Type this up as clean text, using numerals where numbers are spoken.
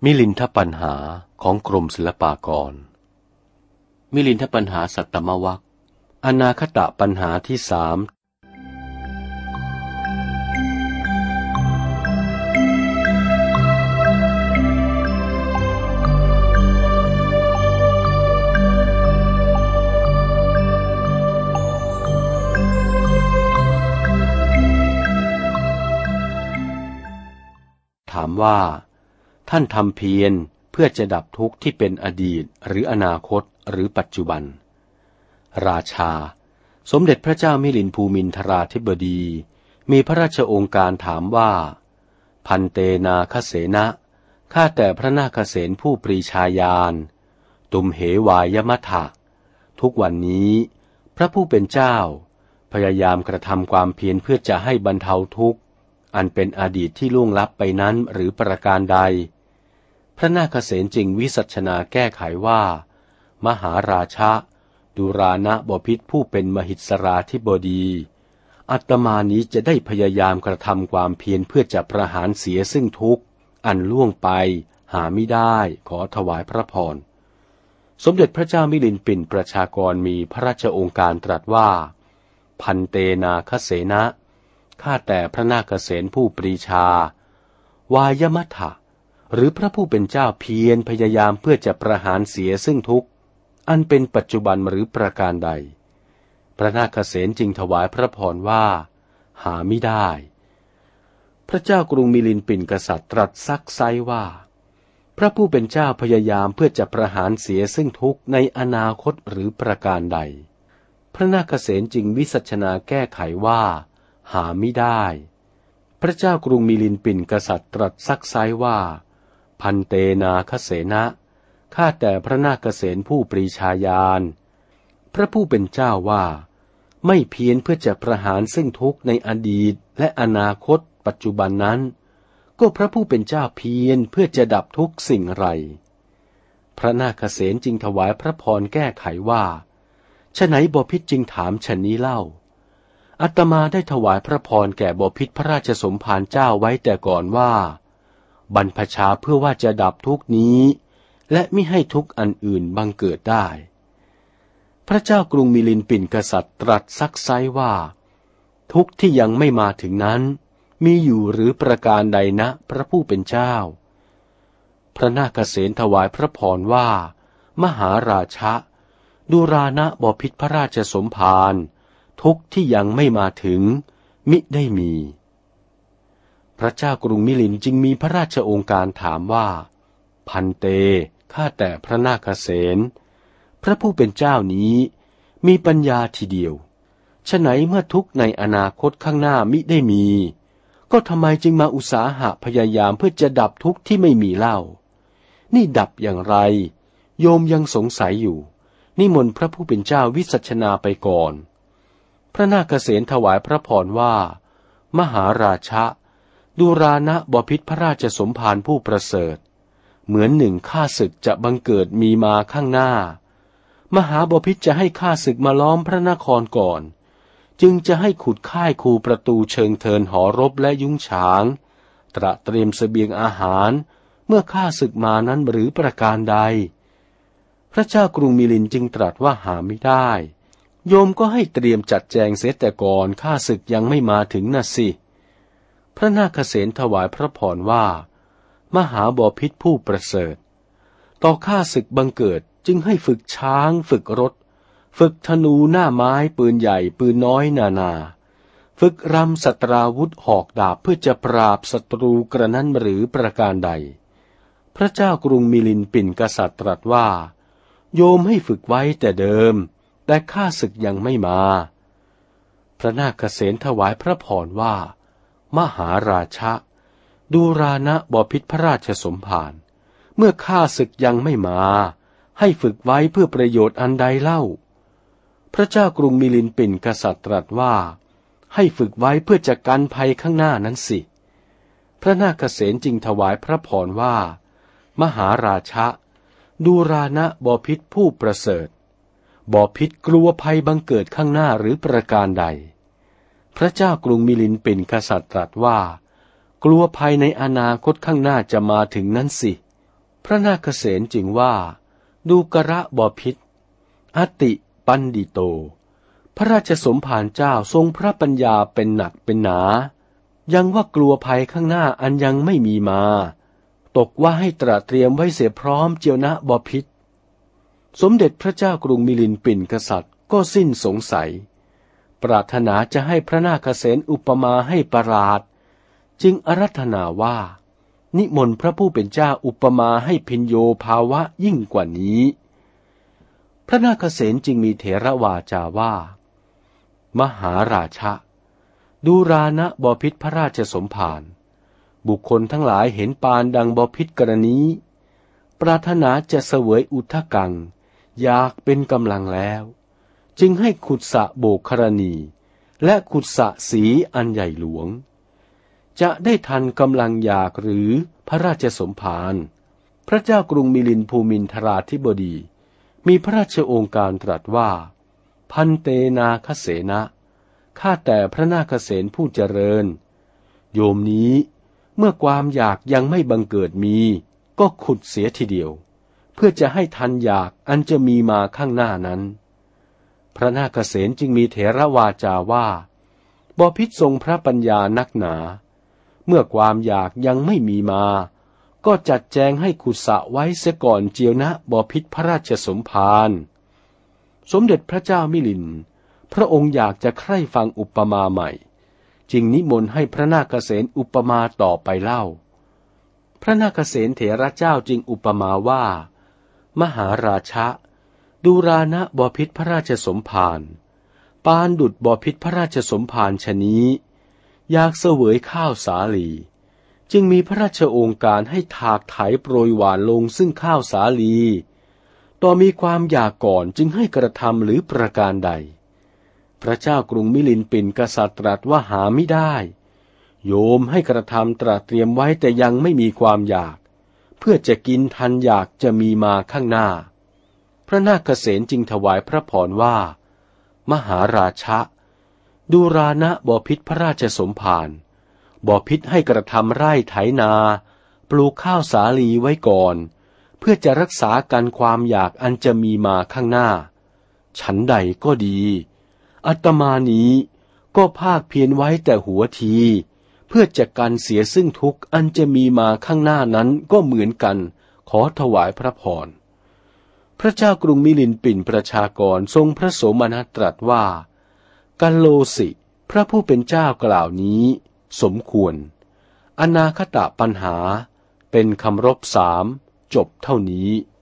มิลินทปัญหาของกรมศิลปากรมิลินทปัญหาสัตตมวรรคอนาคตปัญหาที่สามถามว่าท่านทำเพียรเพื่อจะดับทุกข์ที่เป็นอดีตหรืออนาคตหรือปัจจุบันราชาสมเด็จพระเจ้ามิลินภูมินทราธิบดีมีพระราชโองการถามว่าพันเตนาคเสนะข้าแต่พระนาคเสนผู้ปรีชาญาณตุมเหวายมัทธะทุกวันนี้พระผู้เป็นเจ้าพยายามกระทำความเพียรเพื่อจะให้บรรเทาทุกข์อันเป็นอดีตที่ล่วงลับไปนั้นหรือประการใดพระนาคเสนจึงวิสัชนาแก้ไขว่ามหาราชะดุรานะบพิตรผู้เป็นมหิสราธิบดีอาตมานี้จะได้พยายามกระทำความเพียรเพื่อจะประหารเสียซึ่งทุกข์อันล่วงไปหาไม่ได้ขอถวายพระพรสมเด็จพระเจ้ามิลินปินประชากรมีพระราชโองการตรัสว่าพันเตนาคเสนะข้าแต่พระนาคเสนผู้ปรีชาวายมัทธะหรือพระผู้เป็นเจ้าเพียรพยายามเพื่อจะประหารเสียซึ่งทุกข์อันเป็นปัจจุบันหรือประการใดพระนาคเสนจึงถวายพระพรว่าหาไม่ได้พระเจ้ากรุงมิลินปินกษัตริย์ตรัสซักไซว่าพระผู้เป็นเจ้าพยายามเพื่อจะประหารเสียซึ่งทุกข์ในอนาคตหรือประการใดพระนาคเสนจึงวิสัชนาแก้ไขว่าหาไม่ได้พระเจ้ากรุงมิลินปินกษัตริย์ตรัสซักไซว่าพันเตนาคเสนะข้าแต่พระนาคเสนผู้ปรีชาญาณพระผู้เป็นเจ้าว่าไม่เพียรเพื่อจะประหารซึ่งทุกข์ในอดีตและอนาคตปัจจุบันนั้นก็พระผู้เป็นเจ้าเพียรเพื่อจะดับทุกสิ่งไรพระนาคเสนจึงถวายพระพรแก้ไขว่าฉะไหนบพิตรจึงถามฉะนี้เล่าอาตมาได้ถวายพระพรแก่บพิตรพระราชสมภารเจ้าไว้แต่ก่อนว่าบรรพชาเพื่อว่าจะดับทุกนี้และมิให้ทุกอันอื่นบังเกิดได้พระเจ้ากรุงมิลินปินกษัตริย์ตรัสซักไซว่าทุกที่ยังไม่มาถึงนั้นมีอยู่หรือประการใดนะพระผู้เป็นเจ้าพระนาคเสนถวายพระพรว่ามหาราชะดุรานะบพิตรพระราชสมภารทุกที่ยังไม่มาถึงมิได้มีพระเจ้ากรุงมิลินจึงมีพระราชโองการถามว่าพันเตข้าแต่พระนาคเสนพระผู้เป็นเจ้านี้มีปัญญาทีเดียวฉะไหนเมื่อทุกข์ในอนาคตข้างหน้ามิได้มีก็ทำไมจึงมาอุตสาหะพยายามเพื่อจะดับทุกข์ที่ไม่มีเล่านี่ดับอย่างไรโยมยังสงสัยอยู่นิมนต์พระผู้เป็นเจ้าวิสัชนาไปก่อนพระนาคเสนถวายพระพรว่ามหาราชะดุรานะบพิตรพระราชสมภารผู้ประเสริฐเหมือนหนึ่งข้าศึกจะบังเกิดมีมาข้างหน้ามหาบพิตรจะให้ข้าศึกมาล้อมพระนครก่อนจึงจะให้ขุดค่ายคูประตูเชิงเทินหอรบและยุ้งฉางตระเตรียมเสบียงอาหารเมื่อข้าศึกมานั้นหรือประการใดพระเจ้ากรุงมิลินจึงตรัสว่าหาไม่ได้โยมก็ให้เตรียมจัดแจงเสียแต่ก่อนข้าศึกยังไม่มาถึงน่ะสิพระนาคเสนถวายพระพรว่ามหาบพิตรผู้ประเสริฐต่อข้าศึกบังเกิดจึงให้ฝึกช้างฝึกรถฝึกธนูหน้าไม้ปืนใหญ่ปืนน้อยนาฝึกรำสัตราวุธหอกดาบเพื่อจะปราบศัตรูกระนั้นหรือประการใดพระเจ้ากรุงมิลินปินกษัตริย์ตรัสว่าโยมให้ฝึกไว้แต่เดิมแต่ข้าศึกยังไม่มาพระนาคเสนถวายพระพรว่ามหาราชะดุรานะบพิตรพระราชสมภารเมื่อข้าศึกยังไม่มาให้ฝึกไว้เพื่อประโยชน์อันใดเล่าพระเจ้ากรุงมิลินปินกษัตริย์ตรัสว่าให้ฝึกไว้เพื่อจะกันภัยข้างหน้านั้นสิพระนาคเสนจึงถวายพระพรว่ามหาราชะดุรานะบพิตรผู้ประเสริฐบพิตรกลัวภัยบังเกิดข้างหน้าหรือประการใดพระเจ้ากรุงมิลินปินกษัตริย์ตรัสว่ากลัวภัยในอนาคตข้างหน้าจะมาถึงนั้นสิพระนาคเษนจึงว่าดูกระบพิตรอติปันดิโตพระราชสมภารเจ้าทรงพระปัญญาเป็นหนักเป็นหนายังว่ากลัวภัยข้างหน้าอันยังไม่มีมาตกว่าให้ตระเตรียมไว้เสียพร้อมเจียวนะบพิตรสมเด็จพระเจ้ากรุงมิลินปินกษัตริย์ก็สิ้นสงสัยปรารถนาจะให้พระนาคเษนอุปมาให้ประหลาดจึงอาราธนาว่านิมนต์พระผู้เป็นเจ้าอุปมาให้พินโยภาวะยิ่งกว่านี้พระนาคเษนจึงมีเถรวาจาว่ามหาราชะดูรานะบพิตรพระราชสมภารบุคคลทั้งหลายเห็นปานดังบพิตรกรณีปรารถนาจะเสวยอุทธกังอยากเป็นกำลังแล้วจึงให้ขุดสระโบกครณีและขุดสระสีอันใหญ่หลวงจะได้ทันกำลังอยากหรือพระราชสมภารพระเจ้ากรุงมิลินภูมินทราธิบดีมีพระราชโองการตรัสว่าพันเตนาคเสนะข้าแต่พระนาคเษนผู้เจริญโยมนี้เมื่อความอยากยังไม่บังเกิดมีก็ขุดเสียทีเดียวเพื่อจะให้ทันอยากอันจะมีมาข้างหน้านั้นพระนาคเษนจึงมีเถรวาจาว่าบพิตรทรงพระปัญญานักหนาเมื่อความอยากยังไม่มีมาก็จัดแจงให้ขุดสระไว้เสียก่อนเจียวนะบพิตรพระราชสมภารสมเด็จพระเจ้ามิลินพระองค์อยากจะใคร่ฟังอุปมาใหม่จึงนิมนต์ให้พระนาคเษนอุปมาต่อไปเล่าพระนาคเษนเถระเจ้าจึงอุปมาว่ามหาราชะดูรานะบพิตรพระราชสมภารปานดุจบพิตรพระราชสมภารชะนี้อยากเสวยข้าวสาลีจึงมีพระราชโองการให้ถากไถโปรยหวานลงซึ่งข้าวสาลีต่อมีความอยากก่อนจึงให้กระทำหรือประการใดพระเจ้ากรุงมิลินปินกษัตริย์ตรัสว่าหาไม่ได้โยมให้กระทำตระเตรียมไว้แต่ยังไม่มีความอยากเพื่อจะกินทันอยากจะมีมาข้างหน้าพระนาคเษนจึงถวายพระพรว่ามหาราชะดูรานะบพิตรพระราชสมภารบพิตรให้กระทำไร่ไถนาปลูกข้าวสาลีไว้ก่อนเพื่อจะรักษากันความอยากอันจะมีมาข้างหน้าฉันใดก็ดีอาตมานี้ก็ภาคเพียรไว้แต่หัวทีเพื่อจะกันเสียซึ่งทุกข์อันจะมีมาข้างหน้านั้นก็เหมือนกันขอถวายพระพรพระเจ้ากรุงมิลินปินประชากรทรงพระโสมนัสตรัสว่ากัลโลสิพระผู้เป็นเจ้ากล่าวนี้สมควรอนาคตปัญหาเป็นคำรบ3จบเท่านี้